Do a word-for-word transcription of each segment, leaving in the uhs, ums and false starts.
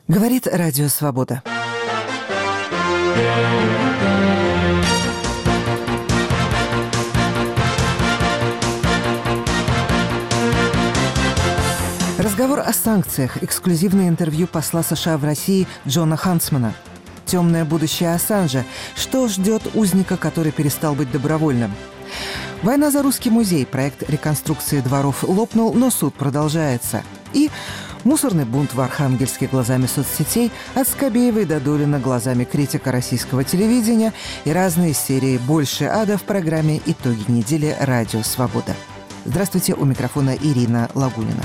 Говорит Радио Свобода. Разговор о санкциях. Эксклюзивное интервью посла США в России Джона Хантсмана. Темное будущее Ассанжа. Что ждет узника, который перестал быть добровольным? Война за русский музей. Проект реконструкции дворов лопнул, но суд продолжается. И мусорный бунт в Архангельске глазами соцсетей, от Скобеевой до Долина глазами критика российского телевидения и разные серии «Больше ада» в программе «Итоги недели. Радио Свобода». Здравствуйте, у микрофона Ирина Лагунина.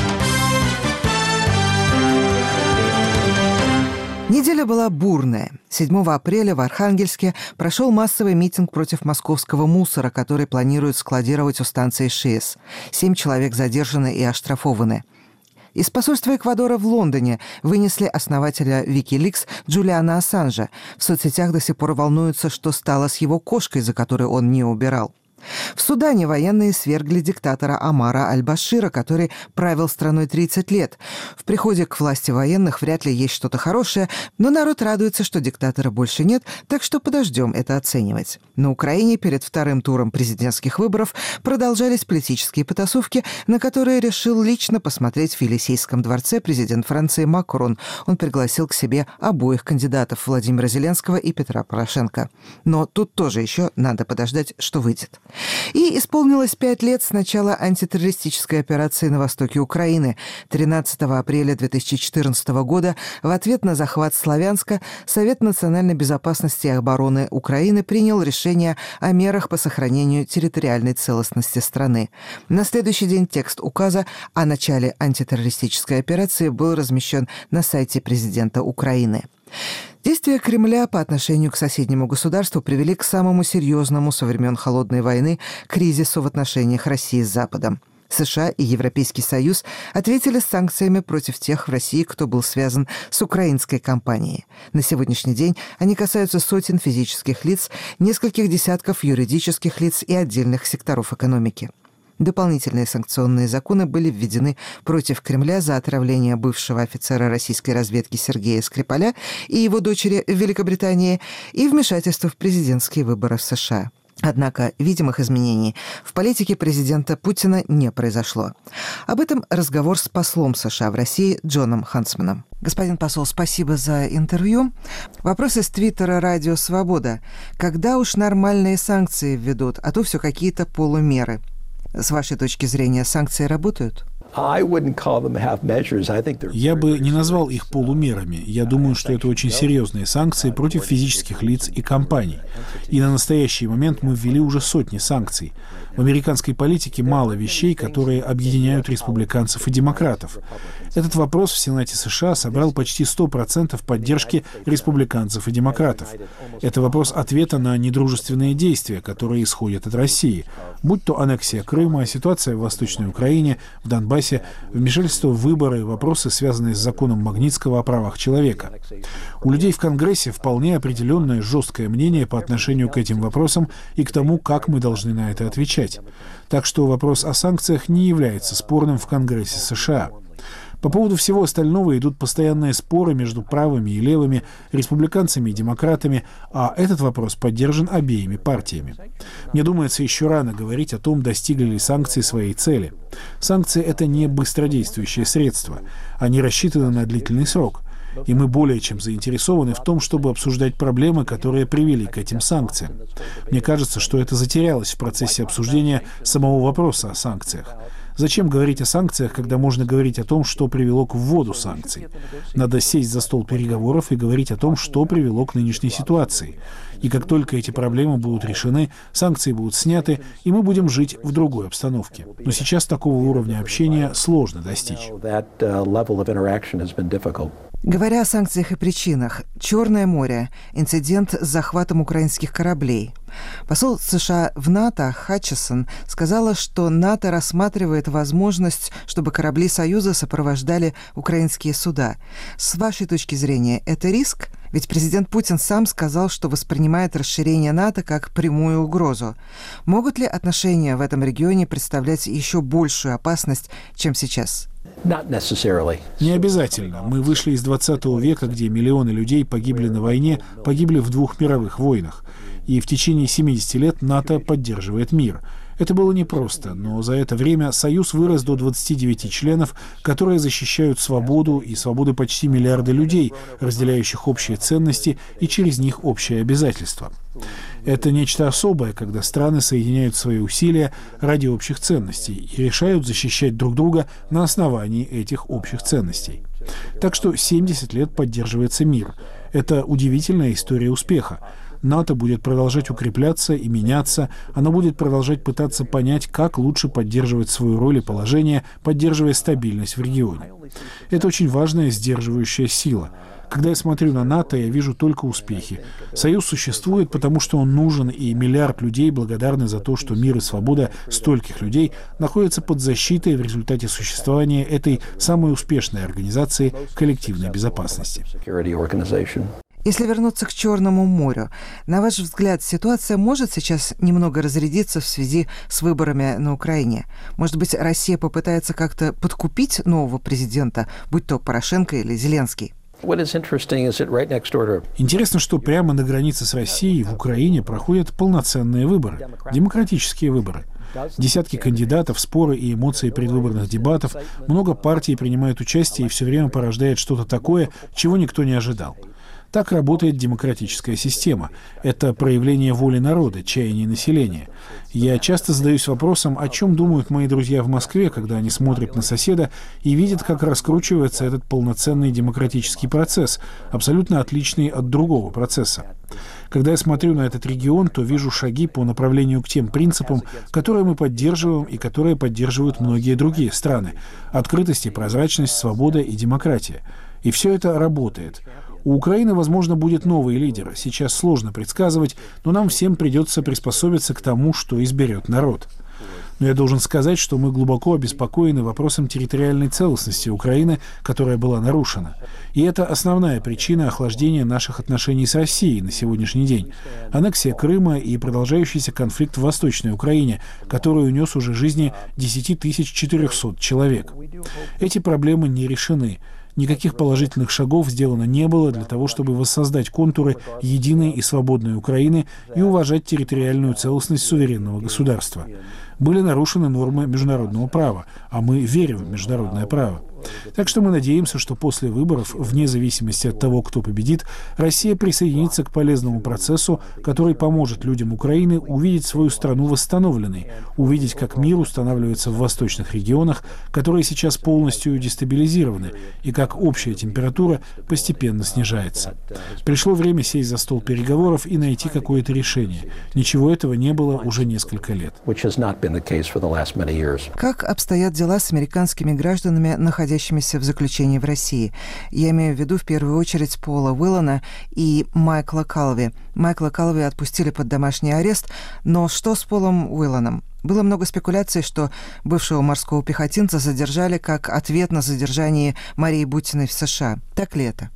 Неделя была бурная. седьмого апреля в Архангельске прошел массовый митинг против московского мусора, который планируют складировать у станции ШИЭС. Семь человек задержаны и оштрафованы. Из посольства Эквадора в Лондоне вынесли основателя Wikileaks Джулиана Ассанжа. В соцсетях до сих пор волнуются, что стало с его кошкой, за которой он не убирал. В Судане военные свергли диктатора Омара аль-Башира, который правил страной тридцать лет. В приходе к власти военных вряд ли есть что-то хорошее, но народ радуется, что диктатора больше нет, так что подождем это оценивать. На Украине перед вторым туром президентских выборов продолжались политические потасовки, на которые решил лично посмотреть в Елисейском дворце президент Франции Макрон. Он пригласил к себе обоих кандидатов, Владимира Зеленского и Петра Порошенко. Но тут тоже еще надо подождать, что выйдет. И исполнилось пять лет с начала антитеррористической операции на востоке Украины. тринадцатого апреля две тысячи четырнадцатого года в ответ на захват Славянска Совет национальной безопасности и обороны Украины принял решение о мерах по сохранению территориальной целостности страны. На следующий день текст указа о начале антитеррористической операции был размещен на сайте президента Украины. Действия Кремля по отношению к соседнему государству привели к самому серьезному со времен Холодной войны кризису в отношениях России с Западом. США и Европейский Союз ответили санкциями против тех в России, кто был связан с украинской кампанией. На сегодняшний день они касаются сотен физических лиц, нескольких десятков юридических лиц и отдельных секторов экономики. Дополнительные санкционные законы были введены против Кремля за отравление бывшего офицера российской разведки Сергея Скрипаля и его дочери в Великобритании и вмешательство в президентские выборы в США. Однако видимых изменений в политике президента Путина не произошло. Об этом разговор с послом США в России Джоном Хантсманом. Господин посол, спасибо за интервью. Вопрос из твиттера «Радио Свобода». Когда уж нормальные санкции введут, а то все какие-то полумеры? С вашей точки зрения, санкции работают? Я бы не назвал их полумерами. Я думаю, что это очень серьезные санкции против физических лиц и компаний. И на настоящий момент мы ввели уже сотни санкций. В американской политике мало вещей, которые объединяют республиканцев и демократов. Этот вопрос в Сенате США собрал почти сто процентов поддержки республиканцев и демократов. Это вопрос ответа на недружественные действия, которые исходят от России, будь то аннексия Крыма, ситуация в Восточной Украине, в Донбассе, вмешательство в выборы, вопросы, связанные с законом Магнитского о правах человека. У людей в Конгрессе вполне определенное жесткое мнение по отношению к этим вопросам и к тому, как мы должны на это отвечать. Так что вопрос о санкциях не является спорным в Конгрессе США. По поводу всего остального идут постоянные споры между правыми и левыми, республиканцами и демократами, а этот вопрос поддержан обеими партиями. Мне думается, еще рано говорить о том, достигли ли санкции своей цели. Санкции — это не быстродействующее средство. Они рассчитаны на длительный срок. И мы более чем заинтересованы в том, чтобы обсуждать проблемы, которые привели к этим санкциям. Мне кажется, что это затерялось в процессе обсуждения самого вопроса о санкциях. Зачем говорить о санкциях, когда можно говорить о том, что привело к вводу санкций? Надо сесть за стол переговоров и говорить о том, что привело к нынешней ситуации. И как только эти проблемы будут решены, санкции будут сняты, и мы будем жить в другой обстановке. Но сейчас такого уровня общения сложно достичь. Говоря о санкциях и причинах, Черное море, инцидент с захватом украинских кораблей. Посол США в НАТО Хатчисон сказала, что НАТО рассматривает возможность, чтобы корабли Союза сопровождали украинские суда. С вашей точки зрения, это риск? Ведь президент Путин сам сказал, что воспринимает расширение НАТО как прямую угрозу. Могут ли отношения в этом регионе представлять еще большую опасность, чем сейчас? Не обязательно. Мы вышли из двадцатого века, где миллионы людей погибли на войне, погибли в двух мировых войнах. И в течение семидесяти лет НАТО поддерживает мир. Это было непросто, но за это время Союз вырос до двадцати девяти членов, которые защищают свободу и свободы почти миллиарда людей, разделяющих общие ценности и через них общие обязательства. Это нечто особое, когда страны соединяют свои усилия ради общих ценностей и решают защищать друг друга на основании этих общих ценностей. Так что семьдесят лет поддерживается мир. Это удивительная история успеха. НАТО будет продолжать укрепляться и меняться, оно будет продолжать пытаться понять, как лучше поддерживать свою роль и положение, поддерживая стабильность в регионе. Это очень важная сдерживающая сила. Когда я смотрю на НАТО, я вижу только успехи. Союз существует, потому что он нужен, и миллиард людей благодарны за то, что мир и свобода стольких людей находятся под защитой в результате существования этой самой успешной организации коллективной безопасности. Если вернуться к Черному морю, на ваш взгляд, ситуация может сейчас немного разрядиться в связи с выборами на Украине? Может быть, Россия попытается как-то подкупить нового президента, будь то Порошенко или Зеленский? Интересно, что прямо на границе с Россией в Украине проходят полноценные выборы, демократические выборы. Десятки кандидатов, споры и эмоции предвыборных дебатов, много партий принимают участие и все время порождает что-то такое, чего никто не ожидал. Так работает демократическая система. Это проявление воли народа, чаяния населения. Я часто задаюсь вопросом, о чем думают мои друзья в Москве, когда они смотрят на соседа и видят, как раскручивается этот полноценный демократический процесс, абсолютно отличный от другого процесса. Когда я смотрю на этот регион, то вижу шаги по направлению к тем принципам, которые мы поддерживаем и которые поддерживают многие другие страны. Открытость и прозрачность, свобода и демократия. И все это работает. У Украины, возможно, будет новый лидер. Сейчас сложно предсказывать, но нам всем придется приспособиться к тому, что изберет народ. Но я должен сказать, что мы глубоко обеспокоены вопросом территориальной целостности Украины, которая была нарушена. И это основная причина охлаждения наших отношений с Россией на сегодняшний день. Аннексия Крыма и продолжающийся конфликт в Восточной Украине, который унес уже жизни десять тысяч четыреста человек. Эти проблемы не решены. Никаких положительных шагов сделано не было для того, чтобы воссоздать контуры единой и свободной Украины и уважать территориальную целостность суверенного государства. Были нарушены нормы международного права, а мы верим в международное право. Так что мы надеемся, что после выборов, вне зависимости от того, кто победит, Россия присоединится к полезному процессу, который поможет людям Украины увидеть свою страну восстановленной, увидеть, как мир устанавливается в восточных регионах, которые сейчас полностью дестабилизированы, и как общая температура постепенно снижается. Пришло время сесть за стол переговоров и найти какое-то решение. Ничего этого не было уже несколько лет. Как обстоят дела с американскими гражданами, находящимися в заключении в России? Я имею в виду в первую очередь Пола Уиллана и Майкла Калви. Майкла Калви отпустили под домашний арест, но что с Полом Уилланом? Было много спекуляций, что бывшего морского пехотинца задержали как ответ на задержание Марии Бутиной в США. Так ли это?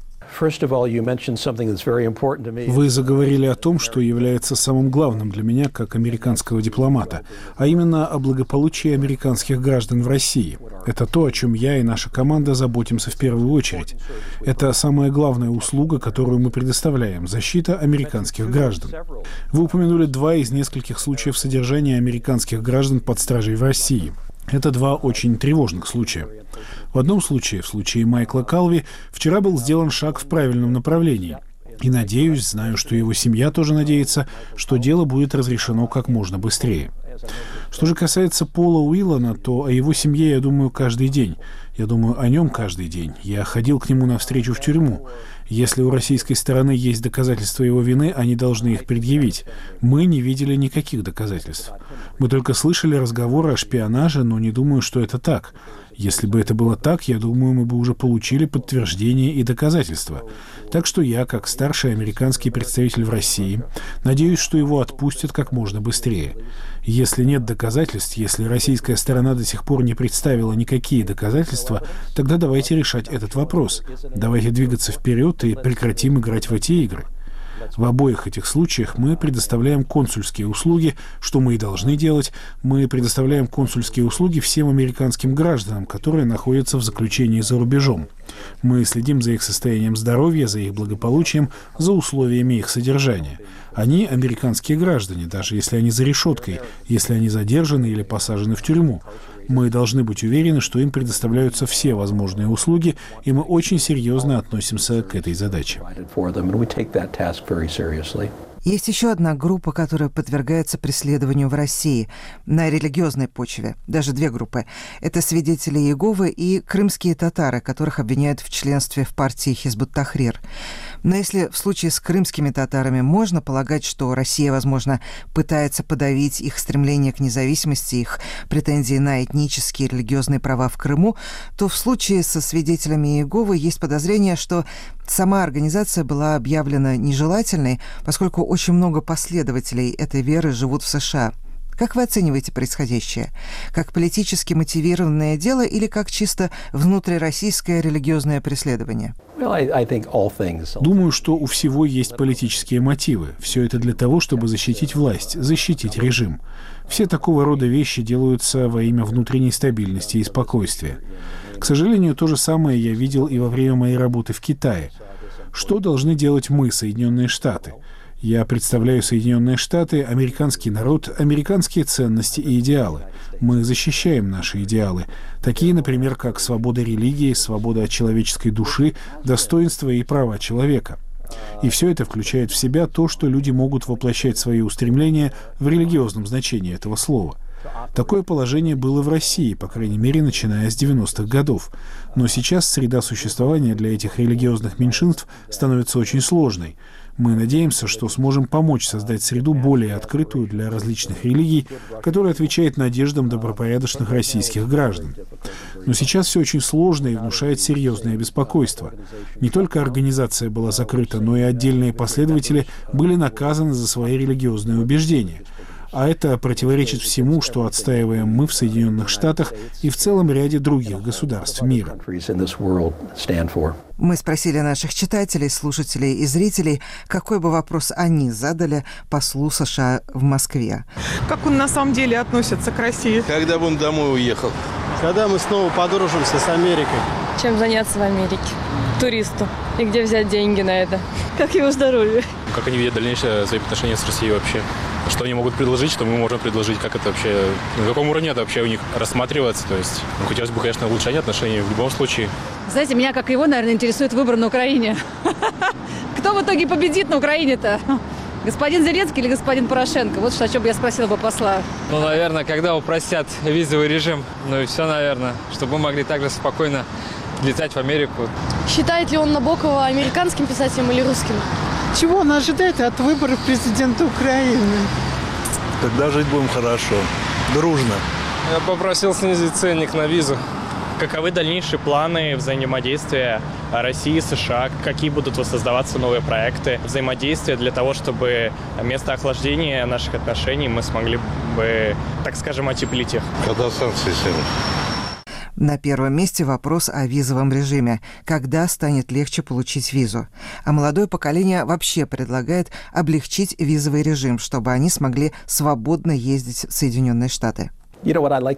Вы заговорили о том, что является самым главным для меня как американского дипломата, а именно о благополучии американских граждан в России. Это то, о чем я и наша команда заботимся в первую очередь. Это самая главная услуга, которую мы предоставляем – защита американских граждан. Вы упомянули два из нескольких случаев содержания американских граждан под стражей в России. Это два очень тревожных случая. В одном случае, в случае Майкла Калви, вчера был сделан шаг в правильном направлении. И надеюсь, знаю, что его семья тоже надеется, что дело будет разрешено как можно быстрее. Что же касается Пола Уиллана, то о его семье я думаю каждый день. Я думаю о нем каждый день. Я ходил к нему навстречу в тюрьму. Если у российской стороны есть доказательства его вины, они должны их предъявить. Мы не видели никаких доказательств. Мы только слышали разговоры о шпионаже, но не думаю, что это так. Если бы это было так, я думаю, мы бы уже получили подтверждение и доказательства. Так что я, как старший американский представитель в России, надеюсь, что его отпустят как можно быстрее. Если нет доказательств, если российская сторона до сих пор не представила никакие доказательства, тогда давайте решать этот вопрос. Давайте двигаться вперед и прекратим играть в эти игры. В обоих этих случаях мы предоставляем консульские услуги, что мы и должны делать. Мы предоставляем консульские услуги всем американским гражданам, которые находятся в заключении за рубежом. Мы следим за их состоянием здоровья, за их благополучием, за условиями их содержания. Они американские граждане, даже если они за решеткой, если они задержаны или посажены в тюрьму. Мы должны быть уверены, что им предоставляются все возможные услуги, и мы очень серьезно относимся к этой задаче. Есть еще одна группа, которая подвергается преследованию в России на религиозной почве. Даже две группы. Это свидетели Иеговы и крымские татары, которых обвиняют в членстве в партии Хизбут Тахрир. Но если в случае с крымскими татарами можно полагать, что Россия, возможно, пытается подавить их стремление к независимости, их претензии на этнические и религиозные права в Крыму, то в случае со свидетелями Иеговы есть подозрение, что сама организация была объявлена нежелательной, поскольку очень много последователей этой веры живут в США. Как вы оцениваете происходящее? Как политически мотивированное дело или как чисто внутрироссийское религиозное преследование? Думаю, что у всего есть политические мотивы. Все это для того, чтобы защитить власть, защитить режим. Все такого рода вещи делаются во имя внутренней стабильности и спокойствия. К сожалению, то же самое я видел и во время моей работы в Китае. Что должны делать мы, Соединенные Штаты? Я представляю Соединенные Штаты, американский народ, американские ценности и идеалы. Мы защищаем наши идеалы, такие, например, как свобода религии, свобода от человеческой души, достоинство и права человека. И все это включает в себя то, что люди могут воплощать свои устремления в религиозном значении этого слова. Такое положение было в России, по крайней мере, начиная с девяностых годов. Но сейчас среда существования для этих религиозных меньшинств становится очень сложной. Мы надеемся, что сможем помочь создать среду более открытую для различных религий, которая отвечает надеждам добропорядочных российских граждан. Но сейчас все очень сложно и внушает серьезное беспокойство. Не только организация была закрыта, но и отдельные последователи были наказаны за свои религиозные убеждения. А это противоречит всему, что отстаиваем мы в Соединенных Штатах и в целом ряде других государств мира. Мы спросили наших читателей, слушателей и зрителей, какой бы вопрос они задали послу США в Москве. Как он на самом деле относится к России? Когда бы он домой уехал? Когда мы снова подружимся с Америкой. Чем заняться в Америке? Туристу. И где взять деньги на это? Как его здоровье? Как они видят дальнейшее свои отношения с Россией вообще? Что они могут предложить, что мы можем предложить, как это вообще, на каком уровне это вообще у них рассматривается, то есть ну, хотелось бы, конечно, улучшение отношений в любом случае. Знаете, меня, как и его, наверное, интересует выбор на Украине. Кто в итоге победит на Украине-то? Господин Зеленский или господин Порошенко? Вот что, о чем бы я спросила бы посла. Ну, наверное, когда упростят визовый режим, ну и все, наверное, чтобы мы могли также спокойно летать в Америку. Считает ли он Набокова американским писателем или русским? Чего он ожидает от выборов президента Украины? Тогда жить будем хорошо, дружно. Я попросил снизить ценник на визу. Каковы дальнейшие планы взаимодействия России и США? Какие будут воссоздаваться новые проекты взаимодействия для того, чтобы вместо охлаждения наших отношений мы смогли бы, так скажем, отеплить их? Когда санкции снимут? На первом месте вопрос о визовом режиме. Когда станет легче получить визу? А молодое поколение вообще предлагает облегчить визовый режим, чтобы они смогли свободно ездить в Соединенные Штаты. Мне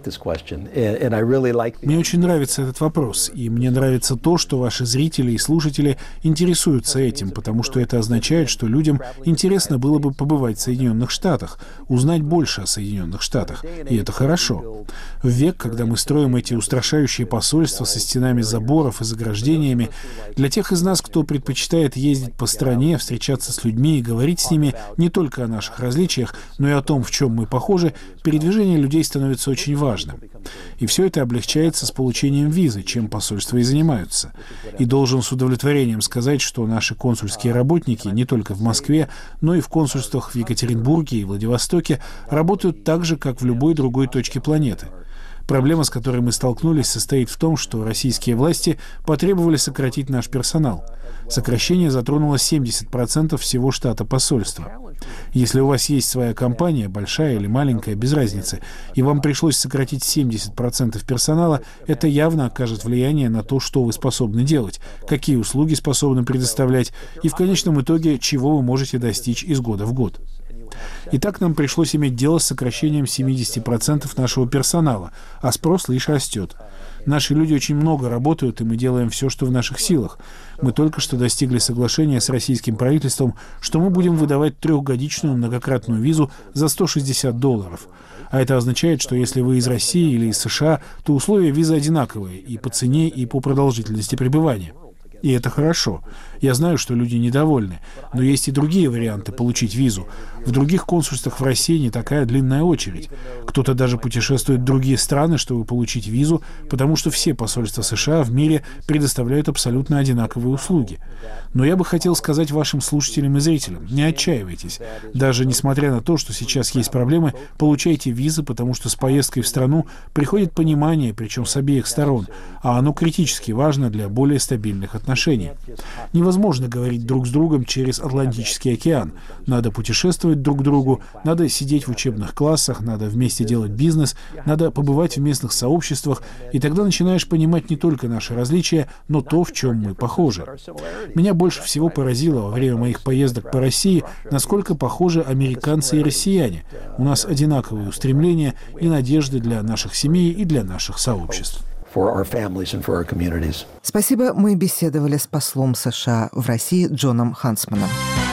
очень нравится этот вопрос, и мне нравится то, что ваши зрители и слушатели интересуются этим, потому что это означает, что людям интересно было бы побывать в Соединенных Штатах, узнать больше о Соединенных Штатах, и это хорошо. В век, когда мы строим эти устрашающие посольства со стенами заборов и заграждениями, для тех из нас, кто предпочитает ездить по стране, встречаться с людьми и говорить с ними не только о наших различиях, но и о том, в чем мы похожи, передвижение людей становится очень важным. И все это облегчается с получением визы, чем посольства и занимаются. И должен с удовлетворением сказать, что наши консульские работники не только в Москве, но и в консульствах в Екатеринбурге и Владивостоке работают так же, как в любой другой точке планеты. Проблема, с которой мы столкнулись, состоит в том, что российские власти потребовали сократить наш персонал. Сокращение затронуло семьдесят процентов всего штата посольства. Если у вас есть своя компания, большая или маленькая, без разницы, и вам пришлось сократить семьдесят процентов персонала, это явно окажет влияние на то, что вы способны делать, какие услуги способны предоставлять и, в конечном итоге, чего вы можете достичь из года в год. Итак, нам пришлось иметь дело с сокращением семьдесят процентов нашего персонала, а спрос лишь растет. Наши люди очень много работают, и мы делаем все, что в наших силах. Мы только что достигли соглашения с российским правительством, что мы будем выдавать трехгодичную многократную визу за сто шестьдесят долларов. А это означает, что если вы из России или из США, то условия визы одинаковые и по цене, и по продолжительности пребывания. И это хорошо. Я знаю, что люди недовольны, но есть и другие варианты получить визу. В других консульствах в России не такая длинная очередь. Кто-то даже путешествует в другие страны, чтобы получить визу, потому что все посольства США в мире предоставляют абсолютно одинаковые услуги. Но я бы хотел сказать вашим слушателям и зрителям, не отчаивайтесь. Даже несмотря на то, что сейчас есть проблемы, получайте визы, потому что с поездкой в страну приходит понимание, причем с обеих сторон, а оно критически важно для более стабильных отношений. Невозможно говорить друг с другом через Атлантический океан. Надо путешествовать друг к другу, надо сидеть в учебных классах, надо вместе делать бизнес, надо побывать в местных сообществах, и тогда начинаешь понимать не только наши различия, но то, в чем мы похожи. Меня больше всего поразило во время моих поездок по России, насколько похожи американцы и россияне. У нас одинаковые устремления и надежды для наших семей и для наших сообществ. Спасибо, мы беседовали с послом США в России Джоном Хансманом.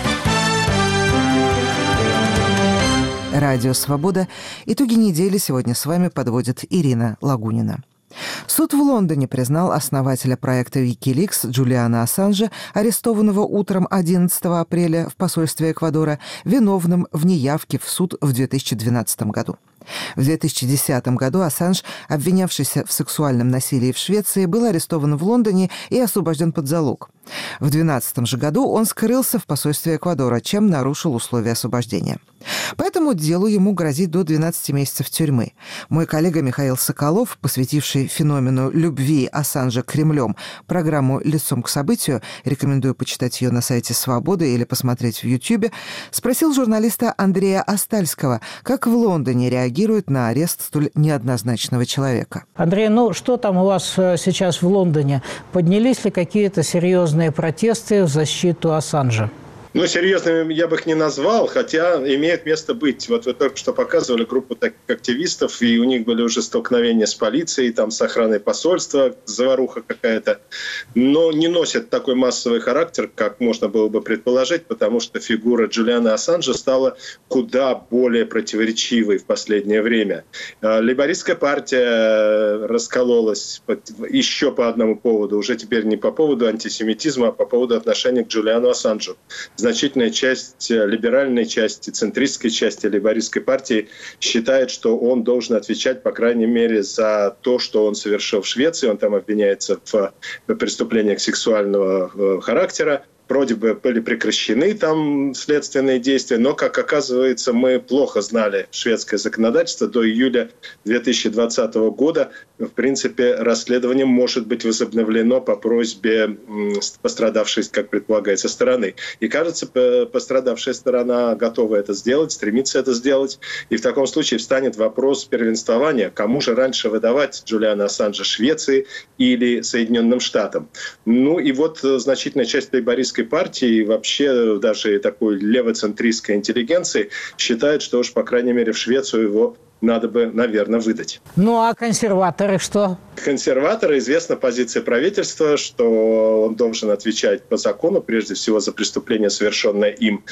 Радио «Свобода». Итоги недели сегодня с вами подводит Ирина Лагунина. Суд в Лондоне признал основателя проекта Wikileaks Джулиана Ассанжа, арестованного утром одиннадцатого апреля в посольстве Эквадора, виновным в неявке в суд в две тысячи двенадцатом году. В две тысячи десятом году Ассанж, обвинявшийся в сексуальном насилии в Швеции, был арестован в Лондоне и освобожден под залог. В две тысячи двенадцатом же году он скрылся в посольстве Эквадора, чем нарушил условия освобождения. По этому делу ему грозит до двенадцати месяцев тюрьмы. Мой коллега Михаил Соколов, посвятивший феномену любви Ассанжа к Кремлем программу «Лицом к событию», рекомендую почитать ее на сайте «Свободы» или посмотреть в Ютьюбе, спросил журналиста Андрея Остальского, как в Лондоне реагируют на арест столь неоднозначного человека. Андрей, ну что там у вас сейчас в Лондоне? Поднялись ли какие-то серьезные протесты в защиту Ассанжа? Ну, серьезными я бы их не назвал, хотя имеет место быть. Вот вы только что показывали группу таких активистов, и у них были уже столкновения с полицией, там, с охраной посольства, заваруха какая-то. Но не носит такой массовый характер, как можно было бы предположить, потому что фигура Джулиана Ассанжа стала куда более противоречивой в последнее время. Лейбористская партия раскололась еще по одному поводу, уже теперь не по поводу антисемитизма, а по поводу отношения к Джулиану Ассанжу. Значительная часть, либеральной части, центристской части лейбористской партии считает, что он должен отвечать, по крайней мере, за то, что он совершил в Швеции. Он там обвиняется в преступлениях сексуального характера. Вроде бы были прекращены там следственные действия, но, как оказывается, мы плохо знали шведское законодательство. До июля две тысячи двадцатого года, в принципе, расследование может быть возобновлено по просьбе пострадавшей, как предполагается, стороны. И, кажется, пострадавшая сторона готова это сделать, стремится это сделать. И в таком случае встанет вопрос первенствования, кому же раньше выдавать Джулиана Ассанжа, Швеции или Соединенным Штатам. Ну и вот значительная часть лейбористской партии и вообще даже такой левоцентристской интеллигенции считает, что уж, по крайней мере, в Швецию его надо бы, наверное, выдать. Ну а консерваторы что? Консерваторы, известна позиция правительства, что он должен отвечать по закону, прежде всего за преступление, совершенное им,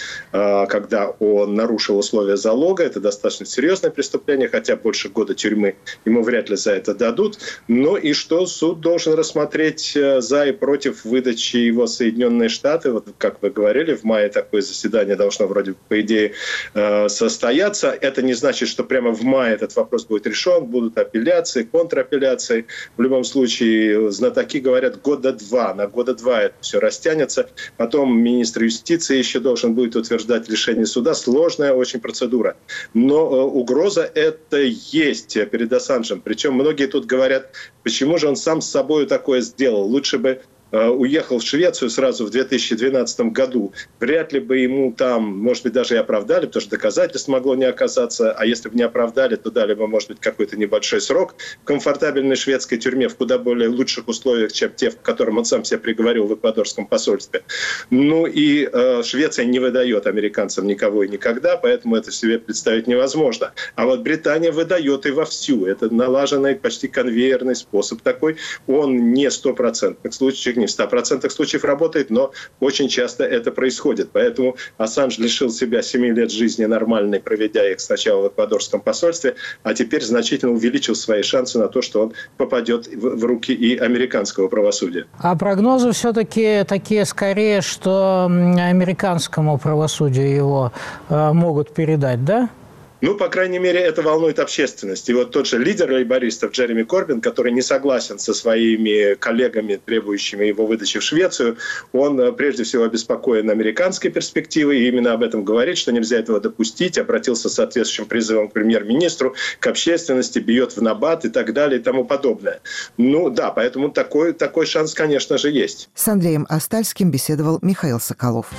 когда он нарушил условия залога. Это достаточно серьезное преступление, хотя больше года тюрьмы ему вряд ли за это дадут. Но и что суд должен рассмотреть за и против выдачи его в Соединенные Штаты. Вот, как вы говорили, в мае такое заседание должно вроде, по идее, состояться. Это не значит, что прямо в мае мая этот вопрос будет решен, будут апелляции, контрапелляции. В любом случае, знатоки говорят, года два. На года два это все растянется. Потом министр юстиции еще должен будет утверждать решение суда. Сложная очень процедура. Но угроза это есть перед Ассанжем. Причем многие тут говорят, почему же он сам с собой такое сделал. Лучше бы уехал в Швецию сразу в две тысячи двенадцатом году, вряд ли бы ему там, может быть, даже и оправдали, потому что доказательств могло не оказаться, а если бы не оправдали, то дали бы, может быть, какой-то небольшой срок в комфортабельной шведской тюрьме в куда более лучших условиях, чем те, в котором он сам себя приговорил в эквадорском посольстве. Ну и э, Швеция не выдает американцам никого и никогда, поэтому это себе представить невозможно. А вот Британия выдает и вовсю. Это налаженный, почти конвейерный способ такой. Он не стопроцентных случаев, не в ста процентах случаев работает, но очень часто это происходит. Поэтому Ассанж лишил себя семи лет жизни нормальной, проведя их сначала в эквадорском посольстве, а теперь значительно увеличил свои шансы на то, что он попадет в руки и американского правосудия. А прогнозы все-таки такие скорее, что американскому правосудию его э, могут передать, да? Ну, по крайней мере, это волнует общественность. И вот тот же лидер лейбористов Джереми Корбин, который не согласен со своими коллегами, требующими его выдачи в Швецию, он прежде всего обеспокоен американской перспективой, и именно об этом говорит, что нельзя этого допустить, обратился с соответствующим призывом к премьер-министру, к общественности, бьет в набат и так далее и тому подобное. Ну да, поэтому такой, такой шанс, конечно же, есть. С Андреем Остальским беседовал Михаил Соколов.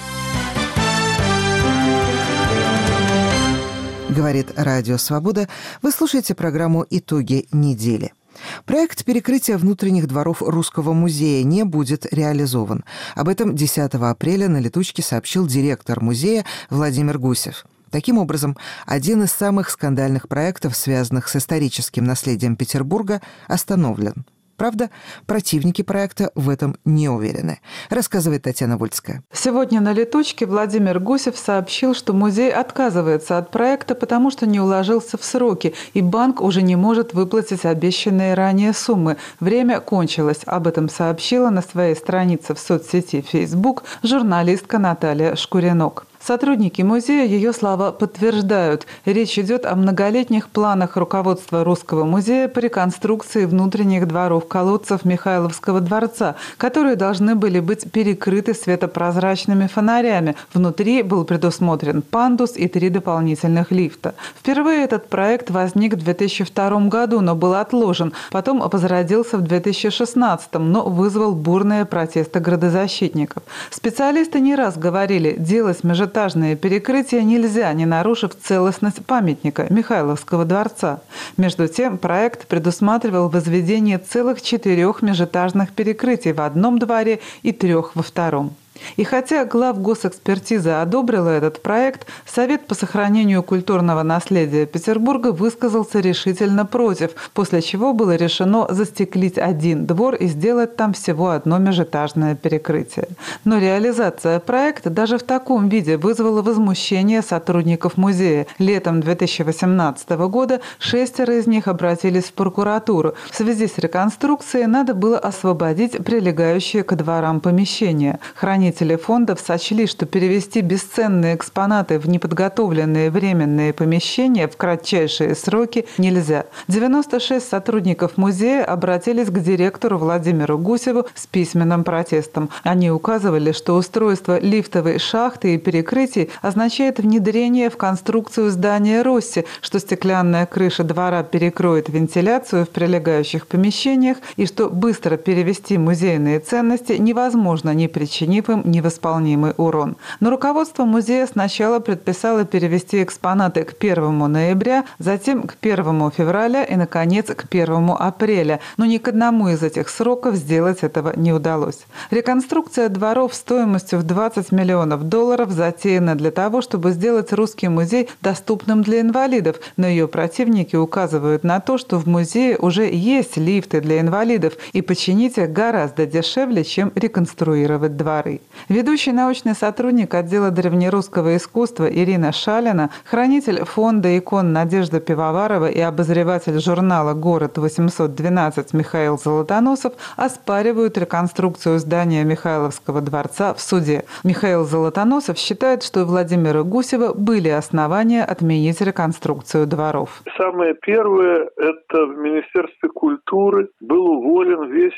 Говорит Радио Свобода. Вы слушаете программу «Итоги недели». Проект перекрытия внутренних дворов Русского музея не будет реализован. Об этом десятого апреля на «Летучке» сообщил директор музея Владимир Гусев. Таким образом, один из самых скандальных проектов, связанных с историческим наследием Петербурга, остановлен. Правда, противники проекта в этом не уверены, рассказывает Татьяна Вольская. Сегодня на «Летучке» Владимир Гусев сообщил, что музей отказывается от проекта, потому что не уложился в сроки, и банк уже не может выплатить обещанные ранее суммы. Время кончилось. Об этом сообщила на своей странице в соцсети Facebook журналистка Наталья Шкуренок. Сотрудники музея ее слова подтверждают. Речь идет о многолетних планах руководства Русского музея по реконструкции внутренних дворов-колодцев Михайловского дворца, которые должны были быть перекрыты светопрозрачными фонарями. Внутри был предусмотрен пандус и три дополнительных лифта. Впервые этот проект возник в две тысячи втором году, но был отложен. Потом возродился в две тысячи шестнадцатом, но вызвал бурные протесты градозащитников. Специалисты не раз говорили, делать межэтажные Этажные перекрытия нельзя, не нарушив целостность памятника Михайловского дворца. Между тем, проект предусматривал возведение целых четырех межэтажных перекрытий в одном дворе и трех во втором. И хотя главгосэкспертиза одобрила этот проект, Совет по сохранению культурного наследия Петербурга высказался решительно против, после чего было решено застеклить один двор и сделать там всего одно межэтажное перекрытие. Но реализация проекта даже в таком виде вызвала возмущение сотрудников музея. Летом две тысячи восемнадцатого года шестеро из них обратились в прокуратуру. В связи с реконструкцией надо было освободить прилегающие ко дворам помещения. Хранители фондов сочли, что перевести бесценные экспонаты в неподготовленные временные помещения в кратчайшие сроки нельзя. девяносто шесть сотрудников музея обратились к директору Владимиру Гусеву с письменным протестом. Они указывали, что устройство лифтовой шахты и перекрытий означает внедрение в конструкцию здания Росси, что стеклянная крыша двора перекроет вентиляцию в прилегающих помещениях и что быстро перевести музейные ценности невозможно, не причинив им невосполнимый урон. Но руководство музея сначала предписало перевести экспонаты к первому ноября, затем к первому февраля и, наконец, к первому апреля. Но ни к одному из этих сроков сделать этого не удалось. Реконструкция дворов стоимостью в двадцать миллионов долларов затеяна для того, чтобы сделать Русский музей доступным для инвалидов, но ее противники указывают на то, что в музее уже есть лифты для инвалидов, и починить их гораздо дешевле, чем реконструировать дворы. музей. Ведущий научный сотрудник отдела древнерусского искусства Ирина Шалина, хранитель фонда икон Надежда Пивоварова и обозреватель журнала «Город восемьсот двенадцать» Михаил Золотоносов оспаривают реконструкцию здания Михайловского дворца в суде. Михаил Золотоносов считает, что у Владимира Гусева были основания отменить реконструкцию дворов. Самое первое – это в Министерстве культуры был уволен весь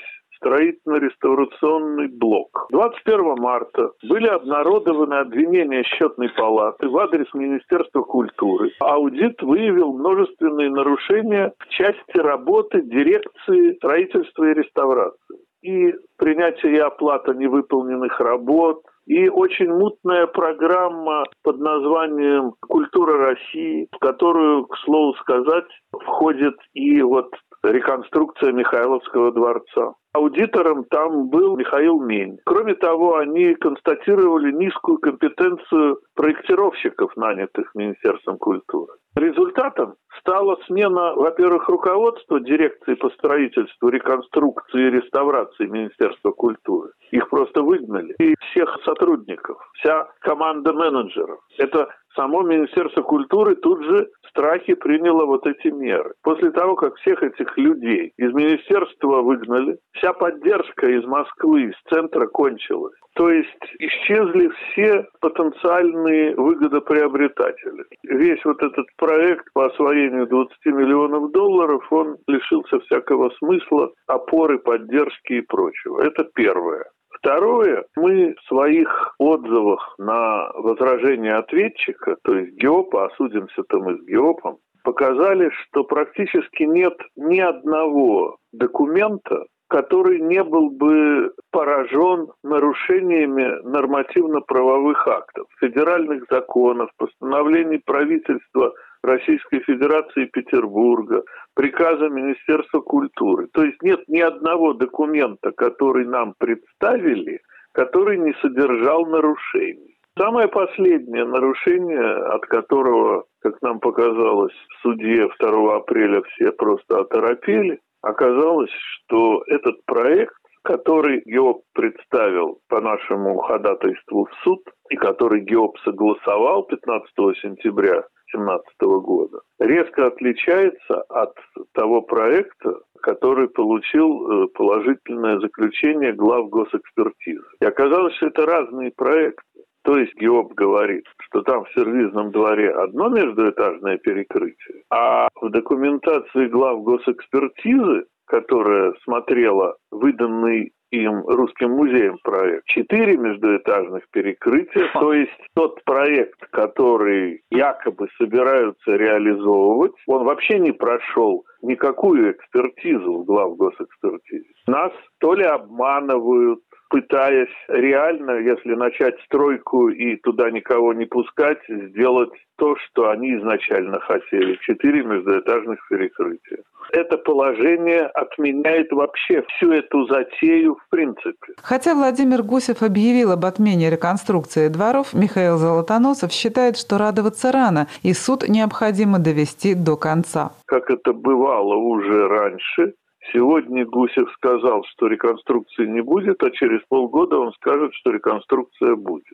строительно-реставрационный блок. двадцать первого марта были обнародованы обвинения Счетной палаты в адрес Министерства культуры. Аудит выявил множественные нарушения в части работы дирекции строительства и реставрации. И принятие и оплата невыполненных работ, и очень мутная программа под названием «Культура России», в которую, к слову сказать, входит и вот реконструкция Михайловского дворца. Аудитором там был Михаил Мень. Кроме того, они констатировали низкую компетенцию проектировщиков, нанятых Министерством культуры. Результатом стала смена, во-первых, руководства дирекции по строительству, реконструкции и реставрации Министерства культуры. Их просто выгнали. И всех сотрудников, вся команда менеджеров. Это само Министерство культуры тут же в страхе приняло вот эти меры. После того, как всех этих людей из министерства выгнали, вся поддержка из Москвы, из центра кончилась. То есть исчезли все потенциальные выгодоприобретатели. Весь вот этот проект по освоению двадцати миллионов долларов, он лишился всякого смысла, опоры, поддержки и прочего. Это первое. Второе, мы в своих отзывах на возражение ответчика, то есть ГИОПа, а судимся-то мы с ГИОПом, показали, что практически нет ни одного документа, который не был бы поражен нарушениями нормативно-правовых актов, федеральных законов, постановлений правительства Российской Федерации Петербурга, приказа Министерства культуры. То есть нет ни одного документа, который нам представили, который не содержал нарушений. Самое последнее нарушение, от которого, как нам показалось, в суде второго апреля все просто оторопели, оказалось, что этот проект, который ГИОП представил по нашему ходатайству в суд, и который ГИОП согласовал пятнадцатого сентября две тысячи семнадцатого года, резко отличается от того проекта, который получил положительное заключение глав госэкспертизы. И оказалось, что это разные проекты. То есть ГИОП говорит, что там в сервизном дворе одно междуэтажное перекрытие, а в документации глав госэкспертизы, которая смотрела выданный им Русским музеем проект, четыре междуэтажных перекрытия, то есть тот проект, который якобы собираются реализовывать, он вообще не прошел никакую экспертизу в глав госэкспертизе. Нас то ли обманывают, пытаясь реально, если начать стройку и туда никого не пускать, сделать то, что они изначально хотели. Четыре междуэтажных перекрытия. Это положение отменяет вообще всю эту затею в принципе. Хотя Владимир Гусев объявил об отмене реконструкции дворов, Михаил Золотоносов считает, что радоваться рано, и суд необходимо довести до конца. Как это бывало уже раньше, сегодня Гусев сказал, что реконструкции не будет, а через полгода он скажет, что реконструкция будет.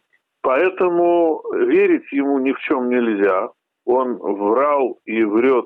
Поэтому верить ему ни в чем нельзя. Он врал и врет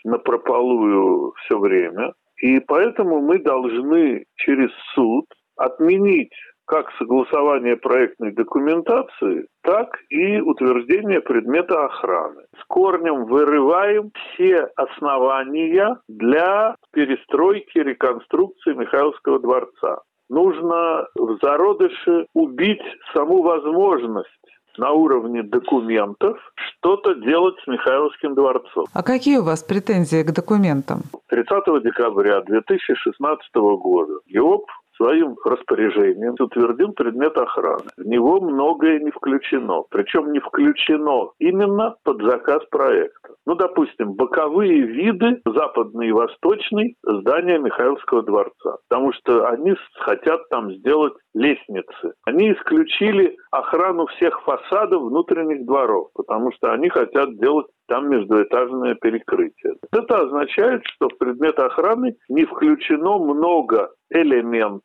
напропалую все время. И поэтому мы должны через суд отменить как согласование проектной документации, так и утверждение предмета охраны. С корнем вырываем все основания для перестройки, реконструкции Михайловского дворца. Нужно в зародыше убить саму возможность на уровне документов что-то делать с Михайловским дворцом. А какие у вас претензии к документам? тридцатого декабря две тысячи шестнадцатого года ГИОП своим распоряжением утвердил предмет охраны. В него многое не включено. Причем не включено именно под заказ проекта. Ну, допустим, боковые виды, западный и восточный, здания Михайловского дворца. Потому что они хотят там сделать лестницы. Они исключили охрану всех фасадов внутренних дворов, потому что они хотят делать там междуэтажное перекрытие. Это означает, что в предмет охраны не включено много элементов,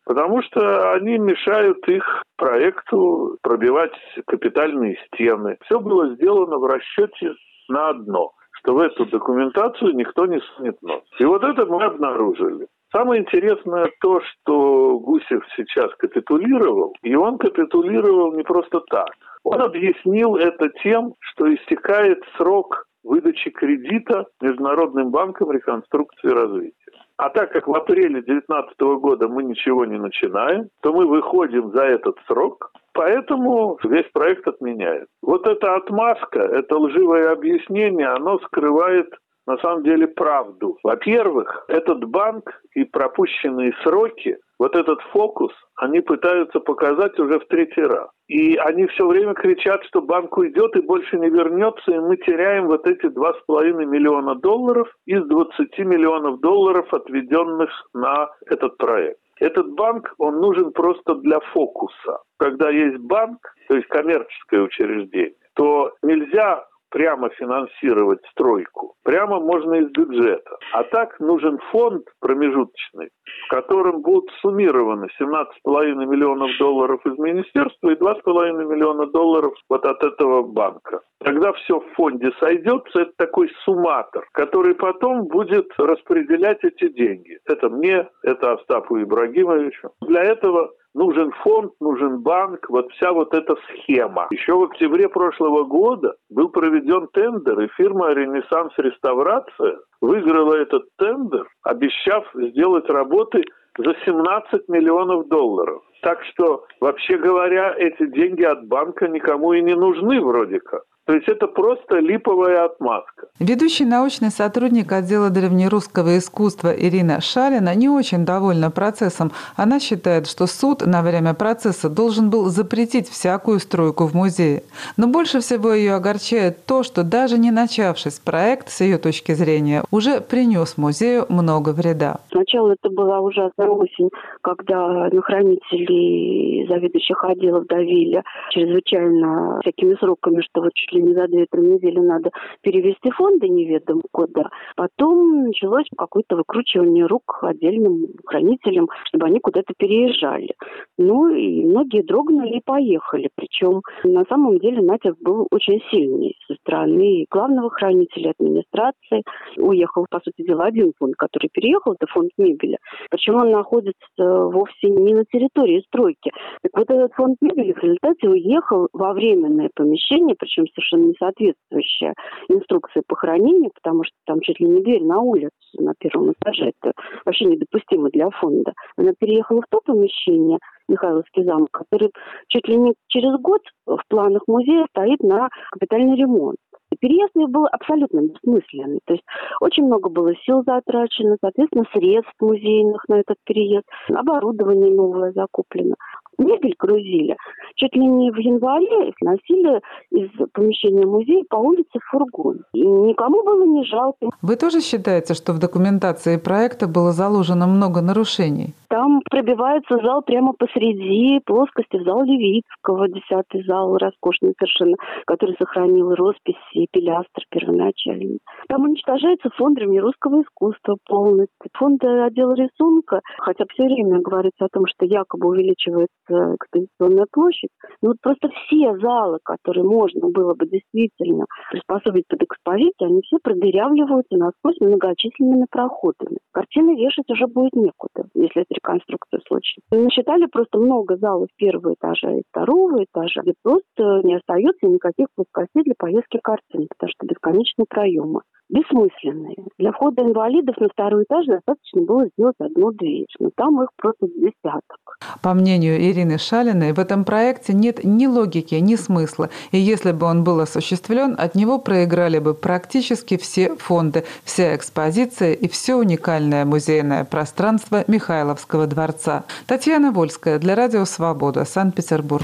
потому что они мешают их проекту пробивать капитальные стены. Все было сделано в расчете на одно, что в эту документацию никто не сунет нос. И вот это мы обнаружили. Самое интересное то, что Гусев сейчас капитулировал, и он капитулировал не просто так. Он объяснил это тем, что истекает срок выдачи кредита Международным банком реконструкции и развития. А так как в апреле две тысячи девятнадцатого года мы ничего не начинаем, то мы выходим за этот срок, поэтому весь проект отменяет. Вот эта отмазка, это лживое объяснение, оно скрывает на самом деле правду. Во-первых, этот банк и пропущенные сроки, вот этот фокус, они пытаются показать уже в третий раз. И они все время кричат, что банк уйдет и больше не вернется, и мы теряем вот эти два с половиной миллиона долларов из двадцати миллионов долларов, отведенных на этот проект. Этот банк, он нужен просто для фокуса. Когда есть банк, то есть коммерческое учреждение, то нельзя прямо финансировать стройку. Прямо можно из бюджета. А так нужен фонд промежуточный, в котором будут суммированы семнадцать с половиной миллионов долларов из министерства и два с половиной миллиона долларов вот от этого банка. Когда все в фонде сойдется, это такой сумматор, который потом будет распределять эти деньги. Это мне, это Остапу Ибрагимовичу. Для этого нужен фонд, нужен банк, вот вся вот эта схема. Еще в октябре прошлого года был проведен тендер, и фирма «Ренессанс Реставрация» выиграла этот тендер, обещав сделать работы за семнадцать миллионов долларов. Так что, вообще говоря, эти деньги от банка никому и не нужны вроде как. То есть это просто липовая отмазка. Ведущий научный сотрудник отдела древнерусского искусства Ирина Шалина не очень довольна процессом. Она считает, что суд на время процесса должен был запретить всякую стройку в музее. Но больше всего ее огорчает то, что даже не начавшись проект, с ее точки зрения, уже принес музею много вреда. Сначала это была ужасная осень, когда на хранителей заведующих отделов давили чрезвычайно всякими сроками, что вот чуть ли не за две-три недели надо перевести фонды неведомо куда. Потом началось какое-то выкручивание рук отдельным хранителям, чтобы они куда-то переезжали. Ну и многие дрогнули и поехали. Причем на самом деле натиск был очень сильный со стороны главного хранителя, администрации. Уехал, по сути дела, один фонд, который переехал, это фонд мебели. Причем он находится вовсе не на территории стройки. Так вот этот фонд мебели в результате уехал во временное помещение, причем совершенно не соответствующая инструкции по хранению, потому что там чуть ли не дверь на улицу на первом этаже. Это вообще недопустимо для фонда. Она переехала в то помещение, Михайловский замок, который чуть ли не через год в планах музея стоит на капитальный ремонт. И переезд был абсолютно бессмысленный. То есть очень много было сил затрачено, соответственно, средств музейных на этот переезд, оборудование новое закуплено. Мебель грузили. Чуть ли не в январе носили из помещения музея по улице фургон. И никому было не жалко. Вы тоже считаете, что в документации проекта было заложено много нарушений? Там пробивается зал прямо посреди плоскости, в зал Левицкого, десятый зал, роскошный совершенно, который сохранил росписи и пилястр первоначальный. Там уничтожается фонд древнерусского искусства полностью. Фонд отдела рисунка, хотя все время говорится о том, что якобы увеличивается экспозиционная площадь, но вот просто все залы, которые можно было бы действительно приспособить под экспозицию, они все продырявливаются насквозь многочисленными проходами. Картины вешать уже будет некуда, если это реконструкция случится. Насчитали просто много залов первого этажа и второго этажа, где просто не остается никаких плоскостей для повестки картин, потому что бесконечные проемы. Бессмысленные. Для входа инвалидов на второй этаж достаточно было сделать одну дверь, но там их просто десяток. По мнению Ирины Шалиной, в этом проекте нет ни логики, ни смысла. И если бы он был осуществлен, от него проиграли бы практически все фонды, вся экспозиция и все уникальное музейное пространство Михайловского дворца. Татьяна Вольская для Радио Свобода, Санкт-Петербург.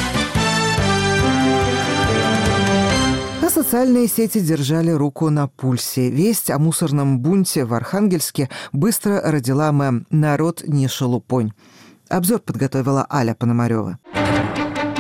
Социальные сети держали руку на пульсе. Весть о мусорном бунте в Архангельске быстро родила мем «Народ не шелупонь». Обзор подготовила Аля Пономарева.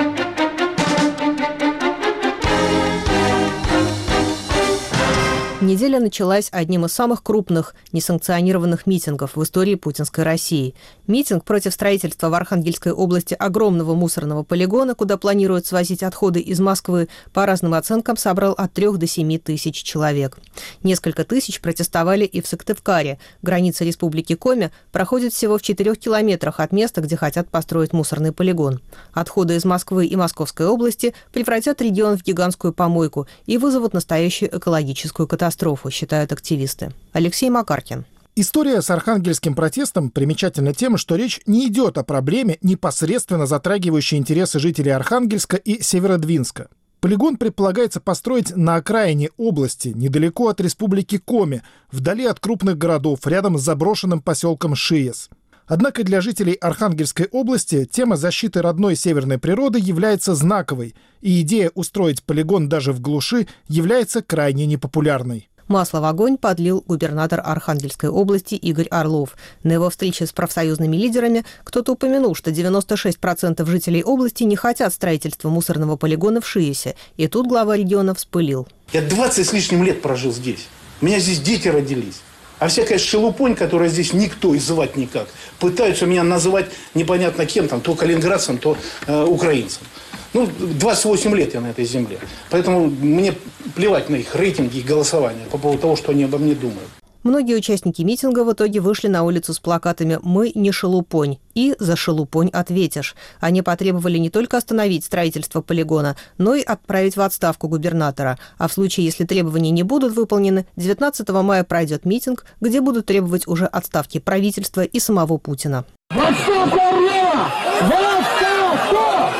Неделя Неделя началась одним из самых крупных несанкционированных митингов в истории путинской России. Митинг против строительства в Архангельской области огромного мусорного полигона, куда планируют свозить отходы из Москвы, по разным оценкам собрал от трех до семи тысяч человек. Несколько тысяч протестовали и в Сыктывкаре. Граница республики Коми проходит всего в четырех километрах от места, где хотят построить мусорный полигон. Отходы из Москвы и Московской области превратят регион в гигантскую помойку и вызовут настоящую экологическую катастрофу. Катастрофу, считают активисты. Алексей Макаркин. История с архангельским протестом примечательна тем, что речь не идет о проблеме, непосредственно затрагивающей интересы жителей Архангельска и Северодвинска. Полигон предполагается построить на окраине области, недалеко от республики Коми, вдали от крупных городов, рядом с заброшенным поселком Шиес. Однако для жителей Архангельской области тема защиты родной северной природы является знаковой, и идея устроить полигон даже в глуши является крайне непопулярной. Масло в огонь подлил губернатор Архангельской области Игорь Орлов. На его встрече с профсоюзными лидерами кто-то упомянул, что девяносто шесть процентов жителей области не хотят строительства мусорного полигона в Шиесе. И тут глава региона вспылил. Я двадцать с лишним лет прожил здесь. У меня здесь дети родились. А всякая шелупонь, которая здесь никто и звать никак, пытаются меня называть непонятно кем, там, то калининградцем, то э, украинцем. Ну, двадцать восемь лет я на этой земле. Поэтому мне плевать на их рейтинги и голосование по поводу того, что они обо мне думают. Многие участники митинга в итоге вышли на улицу с плакатами «Мы не шелупонь» и «За шелупонь ответишь». Они потребовали не только остановить строительство полигона, но и отправить в отставку губернатора. А в случае, если требования не будут выполнены, девятнадцатого мая пройдет митинг, где будут требовать уже отставки правительства и самого Путина. В отставку! В отставку!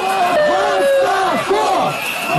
В отставку!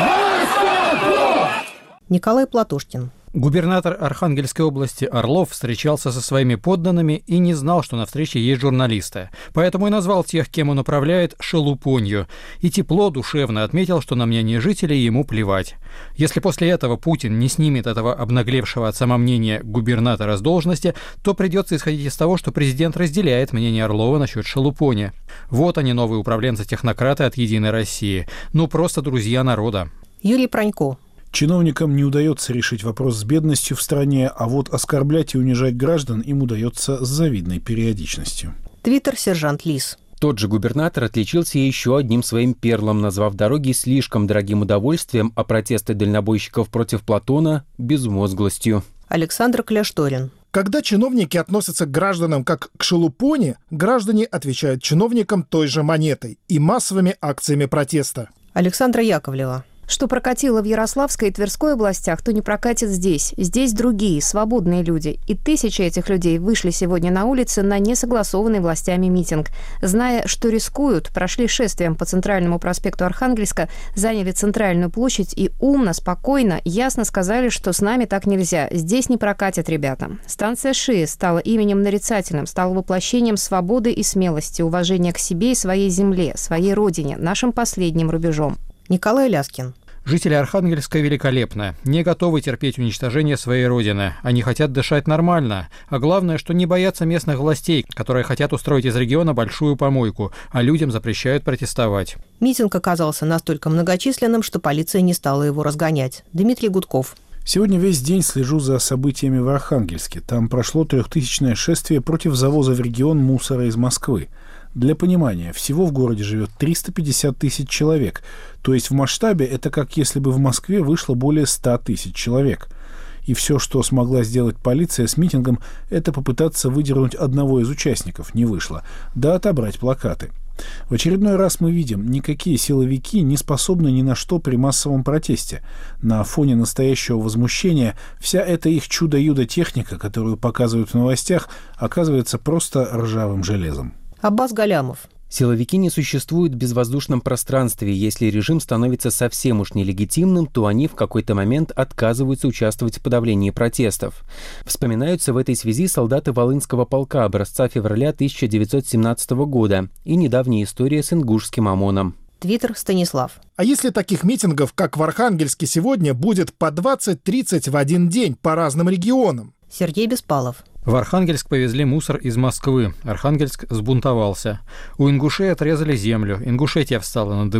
В отставку! Николай Платошкин. Губернатор Архангельской области Орлов встречался со своими подданными и не знал, что на встрече есть журналисты. Поэтому и назвал тех, кем он управляет, шелупонью. И тепло, душевно отметил, что на мнение жителей ему плевать. Если после этого Путин не снимет этого обнаглевшего от самомнения губернатора с должности, то придется исходить из того, что президент разделяет мнение Орлова насчет шелупони. Вот они, новые управленцы-технократы от «Единой России». Ну, просто друзья народа. Юрий Пронько. Чиновникам не удается решить вопрос с бедностью в стране, а вот оскорблять и унижать граждан им удается с завидной периодичностью. Твиттер «Сержант Лис». Тот же губернатор отличился еще одним своим перлом, назвав дороги слишком дорогим удовольствием, а протесты дальнобойщиков против Платона – безмозглостью. Александр Кляшторин. Когда чиновники относятся к гражданам как к шелупоне, граждане отвечают чиновникам той же монетой и массовыми акциями протеста. Александра Яковлева. Что прокатило в Ярославской и Тверской областях, то не прокатит здесь. Здесь другие, свободные люди. И тысячи этих людей вышли сегодня на улицы на несогласованный властями митинг. Зная, что рискуют, прошли шествием по центральному проспекту Архангельска, заняли центральную площадь и умно, спокойно, ясно сказали, что с нами так нельзя. Здесь не прокатят ребята. Станция Шиес стала именем нарицательным, стала воплощением свободы и смелости, уважения к себе и своей земле, своей родине, нашим последним рубежом. Николай Ляскин. Жители Архангельска великолепны, не готовы терпеть уничтожение своей родины. Они хотят дышать нормально. А главное, что не боятся местных властей, которые хотят устроить из региона большую помойку, а людям запрещают протестовать. Митинг оказался настолько многочисленным, что полиция не стала его разгонять. Дмитрий Гудков. Сегодня весь день слежу за событиями в Архангельске. Там прошло трехтысячное шествие против завоза в регион мусора из Москвы. Для понимания, всего в городе живет триста пятьдесят тысяч человек, то есть в масштабе это как если бы в Москве вышло более ста тысяч человек. И все, что смогла сделать полиция с митингом, это попытаться выдернуть одного из участников, не вышло, да отобрать плакаты. В очередной раз мы видим, никакие силовики не способны ни на что при массовом протесте. На фоне настоящего возмущения вся эта их чудо-юдо техника, которую показывают в новостях, оказывается просто ржавым железом. Аббас Галямов. Силовики не существуют в безвоздушном пространстве. Если режим становится совсем уж нелегитимным, то они в какой-то момент отказываются участвовать в подавлении протестов. Вспоминаются в этой связи солдаты Волынского полка образца февраля тысяча девятьсот семнадцатого года и недавняя история с ингушским ОМОНом. Твиттер Станислав. А если таких митингов, как в Архангельске сегодня, будет по двадцать-тридцать в один день по разным регионам? Сергей Беспалов. В Архангельск повезли мусор из Москвы. Архангельск сбунтовался. У ингушей отрезали землю. Ингушетия встала на дыбы.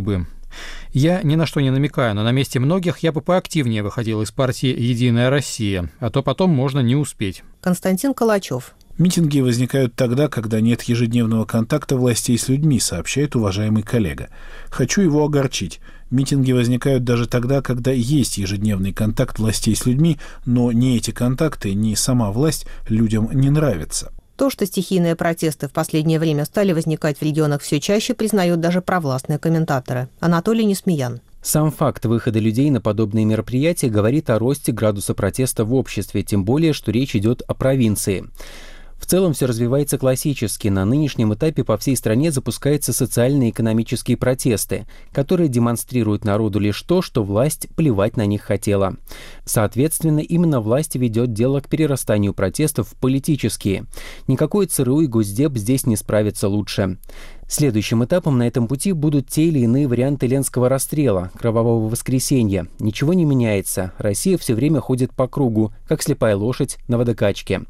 Я ни на что не намекаю, но на месте многих я бы поактивнее выходил из партии «Единая Россия», а то потом можно не успеть. Константин Калачев. Митинги возникают тогда, когда нет ежедневного контакта властей с людьми, сообщает уважаемый коллега. Хочу его огорчить. Митинги возникают даже тогда, когда есть ежедневный контакт властей с людьми, но ни эти контакты, ни сама власть людям не нравятся. То, что стихийные протесты в последнее время стали возникать в регионах все чаще, признают даже провластные комментаторы. Анатолий Несмеян. Сам факт выхода людей на подобные мероприятия говорит о росте градуса протеста в обществе, тем более, что речь идет о провинции. В целом все развивается классически. На нынешнем этапе по всей стране запускаются социально-экономические протесты, которые демонстрируют народу лишь то, что власть плевать на них хотела. Соответственно, именно власть ведет дело к перерастанию протестов в политические. Никакой ЦРУ и Госдеп здесь не справится лучше. Следующим этапом на этом пути будут те или иные варианты ленского расстрела, кровавого воскресенья. Ничего не меняется. Россия все время ходит по кругу, как слепая лошадь на водокачке.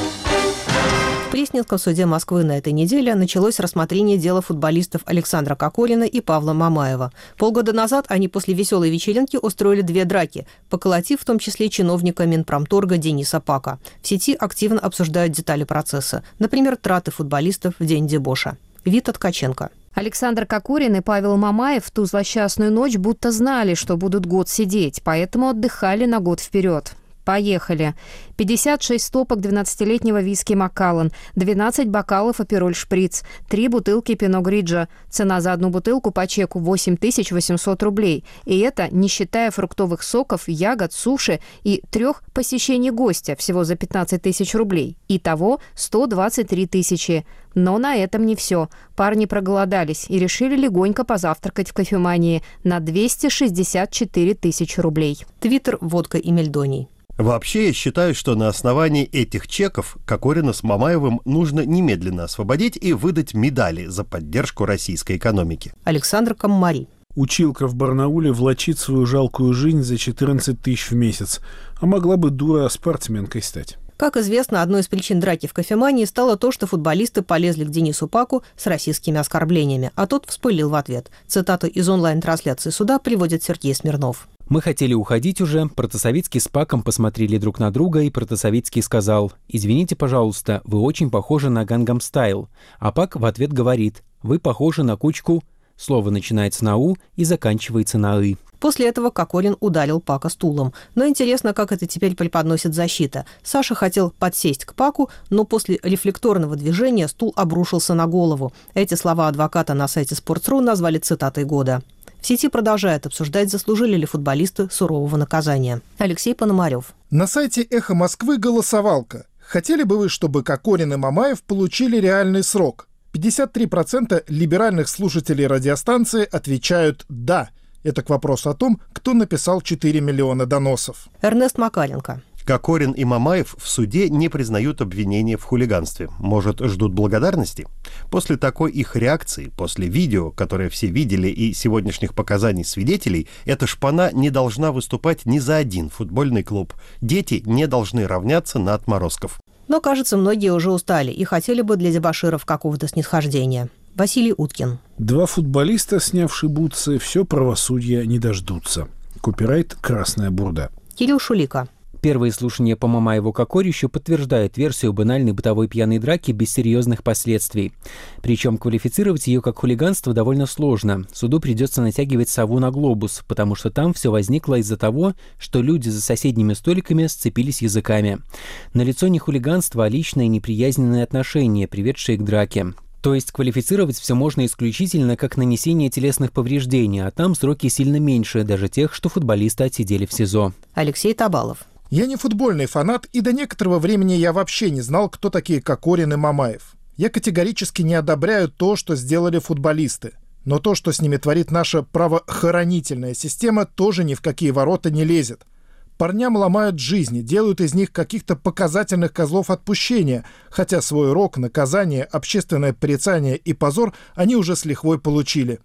В Пресненском суде Москвы на этой неделе началось рассмотрение дела футболистов Александра Кокорина и Павла Мамаева. Полгода назад они после веселой вечеринки устроили две драки, поколотив в том числе чиновника Минпромторга Дениса Пака. В сети активно обсуждают детали процесса, например, траты футболистов в день дебоша. Вита Ткаченко. Александр Кокорин и Павел Мамаев в ту злосчастную ночь будто знали, что будут год сидеть, поэтому отдыхали на год вперед. Поехали. пятьдесят шесть стопок двенадцатилетнего виски Макаллан, двенадцать бокалов Апероль Шприц, три бутылки Пино Гриджо. Цена за одну бутылку по чеку восемь тысяч восемьсот рублей. И это не считая фруктовых соков, ягод, суши и трех посещений гостя всего за пятнадцать тысяч рублей. Итого сто двадцать три тысячи. Но на этом не все. Парни проголодались и решили легонько позавтракать в кофемании на двести шестьдесят четыре тысячи рублей. Твиттер «Водка и мельдоний». Вообще, я считаю, что на основании этих чеков Кокорина с Мамаевым нужно немедленно освободить и выдать медали за поддержку российской экономики. Александр Каммари. Училка в Барнауле влачит свою жалкую жизнь за четырнадцать тысяч в месяц, а могла бы дура спортсменкой стать. Как известно, одной из причин драки в кофемании стало то, что футболисты полезли к Денису Паку с российскими оскорблениями, а тот вспылил в ответ. Цитату из онлайн-трансляции суда приводит Сергей Смирнов. «Мы хотели уходить уже, Протасовицкий с Паком посмотрели друг на друга, и Протасовицкий сказал: „Извините, пожалуйста, вы очень похожи на Гангам Стайл“. А Пак в ответ говорит: „Вы похожи на кучку“. Слово начинается на «у» и заканчивается на «ы». После этого Кокорин ударил Пака стулом. Но интересно, как это теперь преподносит защита. Саша хотел подсесть к Паку, но после рефлекторного движения стул обрушился на голову. Эти слова адвоката на сайте Sports.ru назвали цитатой года. В сети продолжают обсуждать, заслужили ли футболисты сурового наказания. Алексей Пономарев. На сайте «Эхо Москвы» голосовалка. Хотели бы вы, чтобы Кокорин и Мамаев получили реальный срок? пятьдесят три процента либеральных слушателей радиостанции отвечают «да». Это к вопросу о том, кто написал четыре миллиона доносов. Эрнест Макаренко. Кокорин и Мамаев в суде не признают обвинения в хулиганстве. Может, ждут благодарности? После такой их реакции, после видео, которое все видели, и сегодняшних показаний свидетелей, эта шпана не должна выступать ни за один футбольный клуб. Дети не должны равняться на отморозков. Но, кажется, многие уже устали и хотели бы для дебоширов какого-то снисхождения. Василий Уткин. Два футболиста, снявшие бутсы, все правосудия не дождутся. Копирайт «Красная бурда». Кирилл Шулика. Первые слушания по Мамаеву Кокорищу подтверждают версию банальной бытовой пьяной драки без серьезных последствий. Причем квалифицировать ее как хулиганство довольно сложно. Суду придется натягивать сову на глобус, потому что там все возникло из-за того, что люди за соседними столиками сцепились языками. Налицо не хулиганство, а личное неприязненное отношение, приведшее к драке. То есть квалифицировать все можно исключительно как нанесение телесных повреждений, а там сроки сильно меньше даже тех, что футболисты отсидели в СИЗО. Алексей Табалов. Я не футбольный фанат, и до некоторого времени я вообще не знал, кто такие Кокорин и Мамаев. Я категорически не одобряю то, что сделали футболисты. Но то, что с ними творит наша правоохранительная система, тоже ни в какие ворота не лезет. Парням ломают жизни, делают из них каких-то показательных козлов отпущения, хотя свой урок, наказание, общественное порицание и позор они уже с лихвой получили.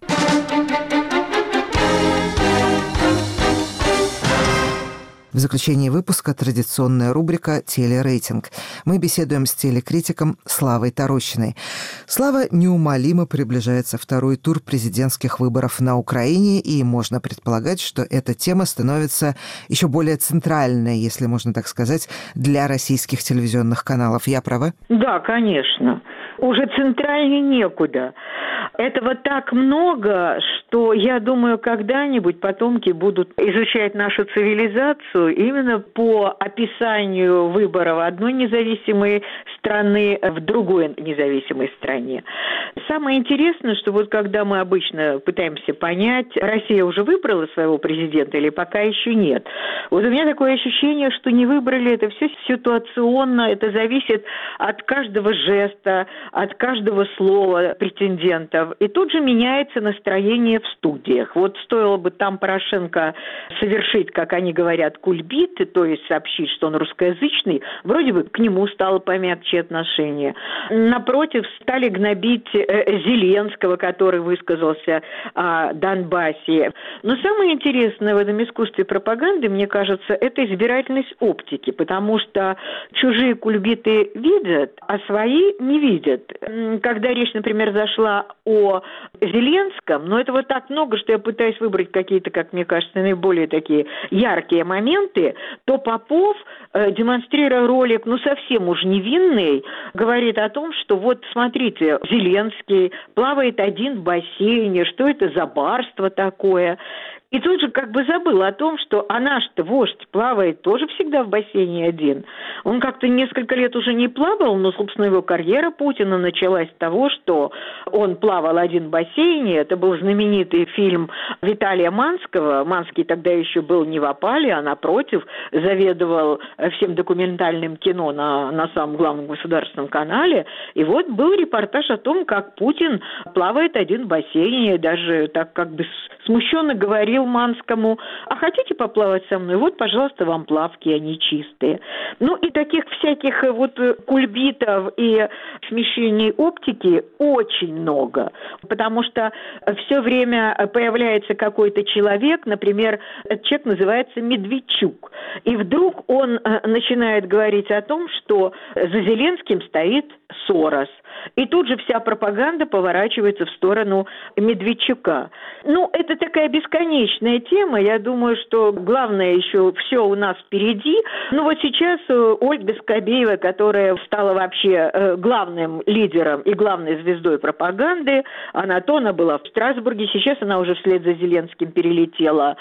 В заключении выпуска традиционная рубрика «Телерейтинг». Мы беседуем с телекритиком Славой Тарощиной. Слава, неумолимо приближается второй тур президентских выборов на Украине, и можно предполагать, что эта тема становится еще более центральной, если можно так сказать, для российских телевизионных каналов. Я права? Да, конечно. Уже центральнее некуда. Этого так много, что, я думаю, когда-нибудь потомки будут изучать нашу цивилизацию именно по описанию выборов одной независимой страны в другой независимой стране. Самое интересное, что вот когда мы обычно пытаемся понять, Россия уже выбрала своего президента или пока еще нет. Вот у меня такое ощущение, что не выбрали, это все ситуационно, это зависит от каждого жеста, от каждого слова претендентов. И тут же меняется настроение в студиях. Вот стоило бы там Порошенко совершить, как они говорят, кульбит, то есть сообщить, что он русскоязычный, вроде бы к нему стало помягче отношение. Напротив, стали гнобить Зеленского, который высказался о Донбассе. Но самое интересное в этом искусстве пропаганды, мне кажется, это избирательность оптики, потому что чужие кульбиты видят, а свои не видят. Когда речь, например, зашла о Зеленском, но этого так много, что я пытаюсь выбрать какие-то, как мне кажется, наиболее такие яркие моменты, то Попов, демонстрируя ролик, ну, совсем уж невинный, говорит о том, что вот, смотрите, Зеленский плавает один в бассейне, что это за барство такое? И тут же как бы забыл о том, что а наш-то вождь плавает тоже всегда в бассейне один. Он как-то несколько лет уже не плавал, но, собственно, его карьера Путина началась с того, что он плавал один в бассейне. Это был знаменитый фильм Виталия Манского. Манский тогда еще был не в опале, а напротив, заведовал всем документальным кино на, на самом главном государственном канале. И вот был репортаж о том, как Путин плавает один в бассейне, даже так как бы смущенно говорил Манскому: а хотите поплавать со мной? Вот, пожалуйста, вам плавки, они чистые. Ну и таких всяких вот кульбитов и смещений оптики очень много, потому что все время появляется какой-то человек, например, этот человек называется Медведчук, и вдруг он начинает говорить о том, что за Зеленским стоит Сорос. И тут же вся пропаганда поворачивается в сторону Медведчука. Ну, это такая бесконечная тема. Я думаю, что главное еще все у нас впереди. Ну, вот сейчас Ольга Скобеева, которая стала вообще главным лидером и главной звездой пропаганды, она то она была в Страсбурге, сейчас она уже вслед за Зеленским перелетела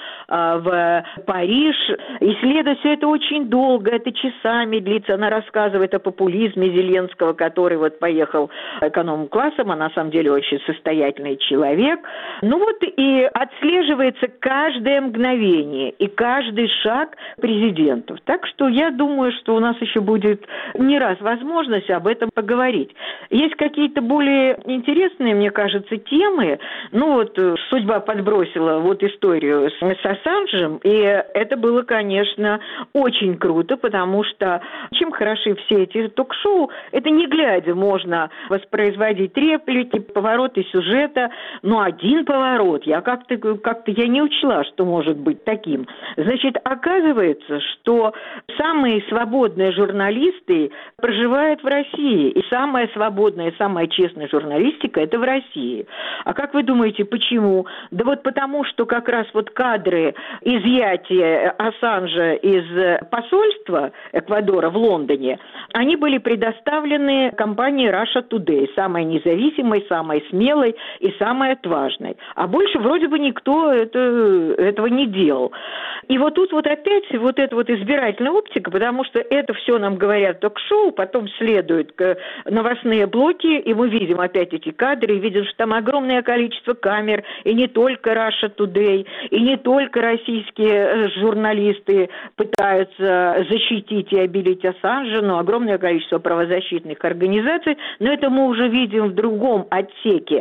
в Париж. Исследует все это очень долго, это часами длится. Она рассказывает о популизме Зеленского, который вот поехал эконом-классом, а на самом деле очень состоятельный человек. Ну вот и отслеживается каждое мгновение и каждый шаг президентов. Так что я думаю, что у нас еще будет не раз возможность об этом поговорить. Есть какие-то более интересные, мне кажется, темы. Ну вот судьба подбросила вот историю с, с Ассанжем, и это было, конечно, очень круто, потому что чем хороши все эти ток-шоу, это не глядя можно воспроизводить реплики, повороты сюжета, но один поворот, я как-то, как-то я не учла, что может быть таким. Значит, оказывается, что самые свободные журналисты проживают в России, и самая свободная, самая честная журналистика – это в России. А как вы думаете, почему? Да вот потому, что как раз вот кадры изъятия Ассанжа из посольства Эквадора в Лондоне, они были предоставлены компании Russia Today, самой независимой, самой смелой и самой отважной. А больше вроде бы никто это, этого не делал. И вот тут вот опять вот эта вот избирательная оптика, потому что это все нам говорят ток-шоу, потом следуют новостные блоки, и мы видим опять эти кадры, и видим, что там огромное количество камер, и не только Russia Today, и не только российские журналисты пытаются защитить и обелить Ассанжа, но огромное количество правозащитных организаций, но это мы уже видим в другом отсеке.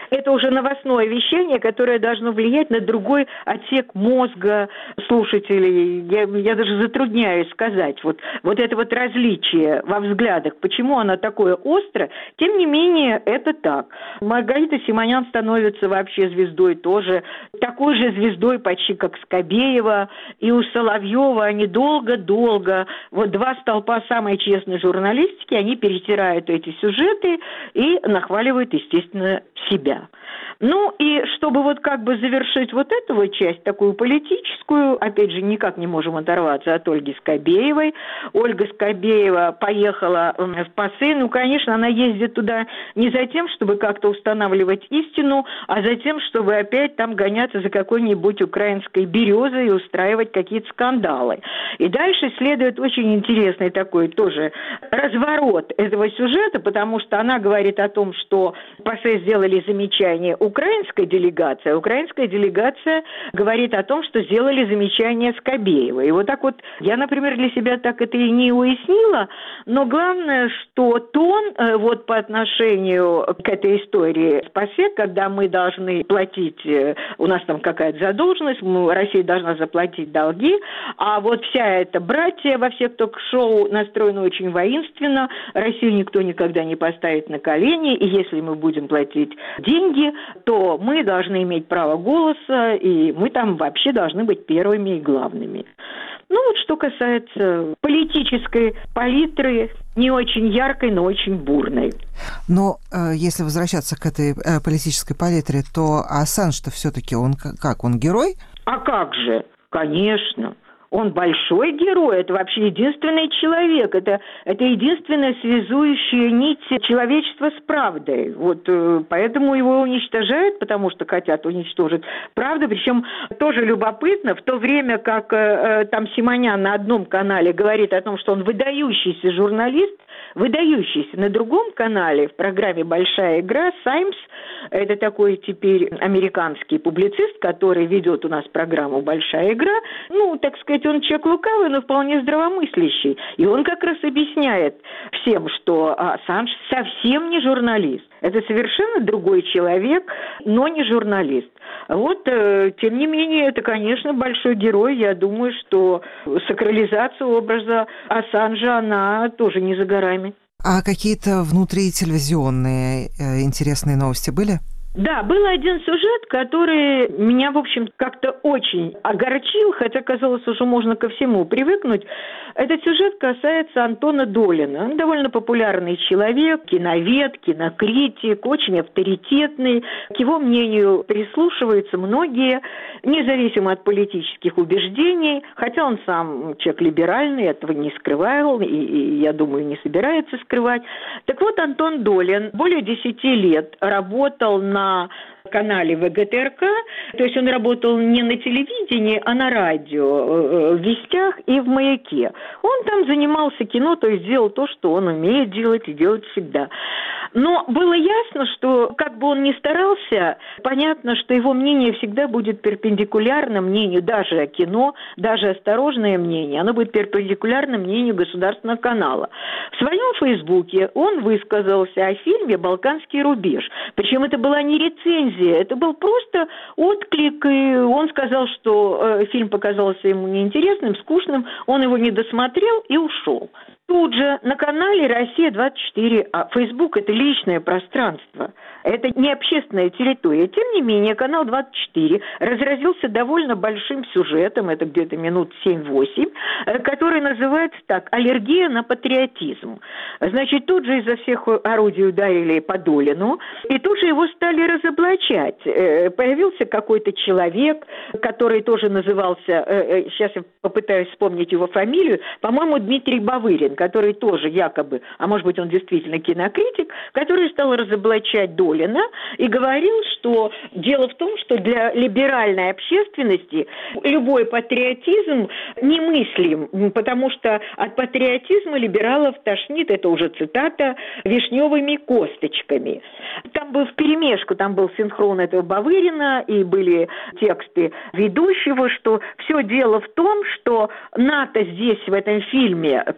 это уже новостное вещание, которое должно влиять на другой отсек мозга слушателей. Я, я даже затрудняюсь сказать. Вот, вот это вот различие во взглядах, почему оно такое острое, тем не менее, это так. Маргарита Симонян становится вообще звездой тоже, такой же звездой почти как Скобеева, и у Соловьева они долго-долго, вот два столпа самой честной журналистики, они перетирают эти сюжеты и нахваливают, естественно, себя. Ну и чтобы вот как бы завершить вот эту вот часть, такую политическую, опять же, никак не можем оторваться от Ольги Скобеевой. Ольга Скобеева поехала в ПАСЕ, ну, конечно, она ездит туда не за тем, чтобы как-то устанавливать истину, а за тем, чтобы опять там гоняться за какой-нибудь украинской березой и устраивать какие-то скандалы. И дальше следует очень интересный такой тоже разворот этого сюжета, потому что она говорит о том, что ПАСЕ сделали замечание украинской делегации, а украинская делегация говорит о том, что сделали замечание Скобеевой. И вот так вот, я, например, для себя так это и не уяснила, но главное, что тон вот по отношению к этой истории с ПАСЕ, когда мы должны платить, у нас там какая-то задолженность, Россия должна заплатить долги, а вот вся эта братья во всех ток-шоу настроена очень воинственно, Россию никто никогда не поставит на колени, и если мы будем платить деньги, то мы должны иметь право голоса, и мы там вообще должны быть первыми и главными. Ну вот что касается политической палитры, не очень яркой, но очень бурной. Но э, если возвращаться к этой э, политической палитре, то Ассанж-то все-таки он как? Он герой? А как же? Конечно. Он большой герой, это вообще единственный человек, это, это единственная связующая нить человечества с правдой. Вот э, поэтому его уничтожают, потому что хотят уничтожить правду. Причем тоже любопытно, в то время как э, там Симонян на одном канале говорит о том, что он выдающийся журналист, выдающийся на другом канале в программе «Большая игра» Саймс, это такой теперь американский публицист, который ведет у нас программу «Большая игра», ну, так сказать, он человек лукавый, но вполне здравомыслящий. И он как раз объясняет всем, что Ассанж совсем не журналист. Это совершенно другой человек, но не журналист. Вот, э, тем не менее, это, конечно, большой герой. Я думаю, что сакрализация образа Ассанжа, она тоже не за горами. А какие-то внутрителевизионные э, интересные новости были? Да, был один сюжет, который меня, в общем, как-то очень огорчил, хотя, казалось, уже можно ко всему привыкнуть. Этот сюжет касается Антона Долина. Он довольно популярный человек, киновед, кинокритик, очень авторитетный. К его мнению прислушиваются многие, независимо от политических убеждений, хотя он сам человек либеральный, этого не скрывал и, и, я думаю, не собирается скрывать. Так вот, Антон Долин более десяти лет работал на на канале ВГТРК, то есть он работал не на телевидении, а на радио, в «Вестях» и в «Маяке». Он там занимался кино, то есть делал то, что он умеет делать и делать всегда. Но было ясно, что как бы он ни старался, понятно, что его мнение всегда будет перпендикулярно мнению даже о кино, даже осторожное мнение, оно будет перпендикулярно мнению государственного канала. В своем фейсбуке он высказался о фильме «Балканский рубеж». Причем это была не рецензия, это был просто отклик, и он сказал, что э, фильм показался ему неинтересным, скучным, он его не досмотрел и ушел. Тут же на канале «Россия-двадцать четыре», а Facebook – это личное пространство, это не общественная территория. Тем не менее, канал «двадцать четыре» разразился довольно большим сюжетом, это где-то минут семь-восемь, который называется так «Аллергия на патриотизм». Значит, тут же изо всех орудий ударили по Долину, и тут же его стали разоблачать. Появился какой-то человек, который тоже назывался, сейчас я попытаюсь вспомнить его фамилию, по-моему, Дмитрий Бавырин, который тоже якобы, а может быть он действительно кинокритик, который стал разоблачать Долина и говорил, что дело в том, что для либеральной общественности любой патриотизм немыслим, потому что от патриотизма либералов тошнит, это уже цитата, вишневыми косточками. Там был вперемешку, там был синхрон этого Бавырина и были тексты ведущего, что все дело в том, что НАТО здесь в этом фильме, который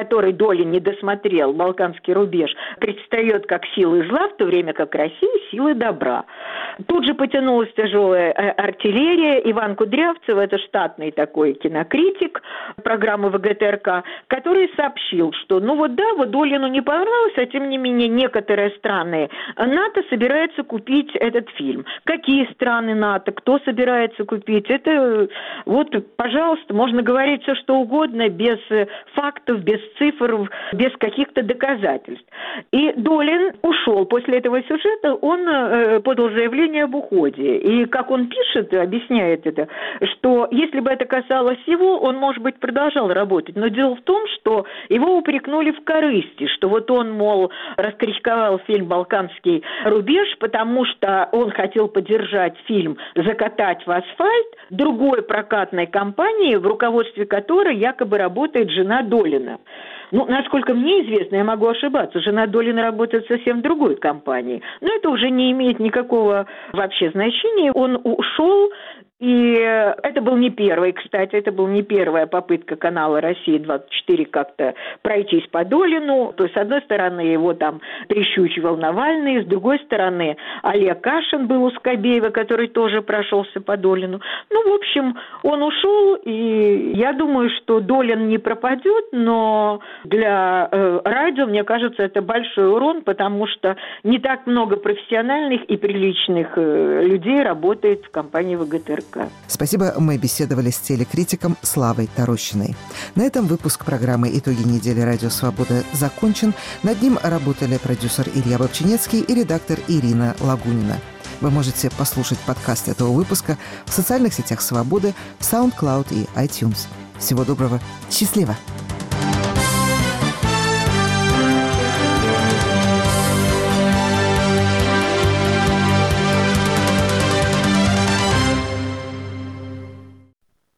который Долин не досмотрел, «Балканский рубеж», предстает как силы зла, в то время как Россия – силы добра. Тут же потянулась тяжелая артиллерия. Иван Кудрявцев, это штатный такой кинокритик программы ВГТРК, который сообщил, что ну вот да, вот Долину не понравилось, а тем не менее некоторые страны НАТО собираются купить этот фильм. Какие страны НАТО, кто собирается купить? Это вот, пожалуйста, можно говорить все что угодно, без фактов, без цифр, без каких-то доказательств. И Долин ушел после этого сюжета, он э, подал заявление об уходе. И как он пишет, объясняет это, что если бы это касалось его, он, может быть, продолжал работать. Но дело в том, что его упрекнули в корысти, что вот он, мол, раскритиковал фильм «Балканский рубеж», потому что он хотел поддержать фильм «Закатать в асфальт» другой прокатной компании, в руководстве которой якобы работает жена Долина. Ну, насколько мне известно, я могу ошибаться, жена Долина работает в совсем другой компании. Но это уже не имеет никакого вообще значения. Он ушел, и это был не первый, кстати, это была не первая попытка канала «Россия-двадцать четыре» как-то пройтись по Долину. То есть, с одной стороны, его там прищучивал Навальный, с другой стороны, Олег Кашин был у Скобеева, который тоже прошелся по Долину. Ну, в общем, он ушел, и я думаю, что Долин не пропадет, но для э, радио, мне кажется, это большой урон, потому что не так много профессиональных и приличных э, людей работает в компании ВГТРК. Спасибо, мы беседовали с телекритиком Славой Тарощиной. На этом выпуск программы «Итоги недели. Радио Свобода» закончен. Над ним работали продюсер Илья Бобчинецкий и редактор Ирина Лагунина. Вы можете послушать подкаст этого выпуска в социальных сетях «Свободы», в SoundCloud и iTunes. Всего доброго. Счастливо!